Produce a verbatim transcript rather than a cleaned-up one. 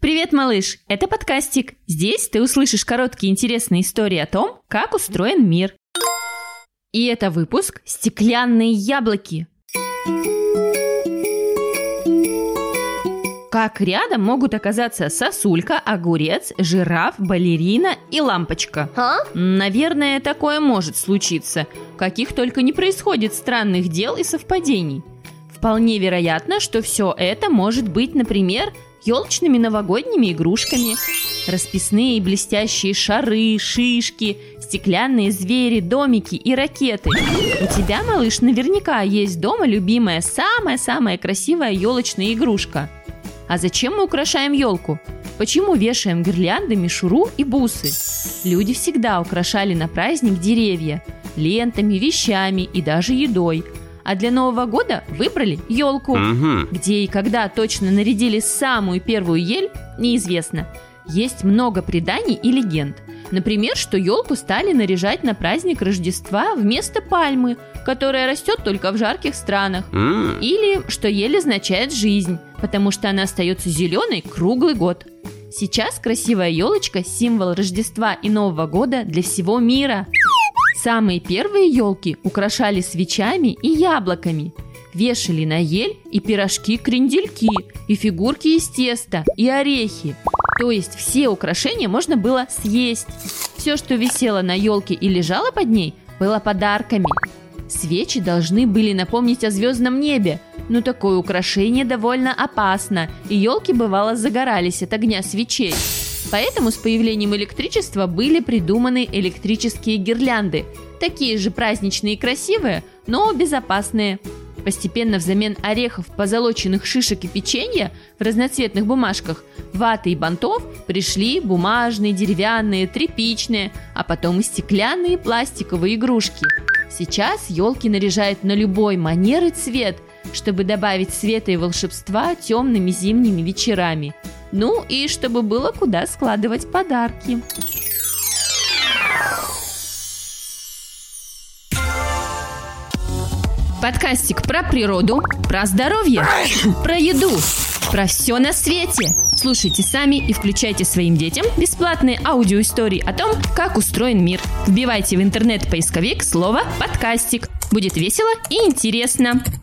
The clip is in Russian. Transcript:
Привет, малыш! Это подкастик. Здесь ты услышишь короткие интересные истории о том, как устроен мир. И это выпуск «Стеклянные яблоки». Как рядом могут оказаться сосулька, огурец, жираф, балерина и лампочка? А? Наверное, такое может случиться. Каких только не происходит странных дел и совпадений. Вполне вероятно, что все это может быть, например, елочными новогодними игрушками. Расписные и блестящие шары, шишки, стеклянные звери, домики и ракеты. У тебя, малыш, наверняка есть дома любимая, самая-самая красивая елочная игрушка. А зачем мы украшаем елку? Почему вешаем гирлянды, мишуру и бусы? Люди всегда украшали на праздник деревья лентами, вещами и даже едой. А для Нового года выбрали елку. Угу. Где и когда точно нарядили самую первую ель, неизвестно. Есть много преданий и легенд. Например, что елку стали наряжать на праздник Рождества вместо пальмы, которая растет только в жарких странах. Mm. Или что ель означает жизнь, потому что она остается зеленой круглый год. Сейчас красивая елочка – символ Рождества и Нового года для всего мира. Самые первые елки украшали свечами и яблоками. Вешали на ель и пирожки-крендельки, и фигурки из теста, и орехи. То есть все украшения можно было съесть. Все, что висело на елке и лежало под ней, было подарками. Свечи должны были напомнить о звездном небе, но такое украшение довольно опасно, и елки бывало загорались от огня свечей. Поэтому с появлением электричества были придуманы электрические гирлянды. Такие же праздничные и красивые, но безопасные. Постепенно взамен орехов, позолоченных шишек и печенья в разноцветных бумажках, ваты и бантов пришли бумажные, деревянные, тряпичные, а потом и стеклянные, пластиковые игрушки. Сейчас елки наряжают на любой манер и цвет, чтобы добавить света и волшебства темными зимними вечерами. Ну и чтобы было куда складывать подарки. Подкастик про природу, про здоровье, про еду, про все на свете. Слушайте сами и включайте своим детям бесплатные аудиоистории о том, как устроен мир. Вбивайте в интернет-поисковик слово «подкастик». Будет весело и интересно.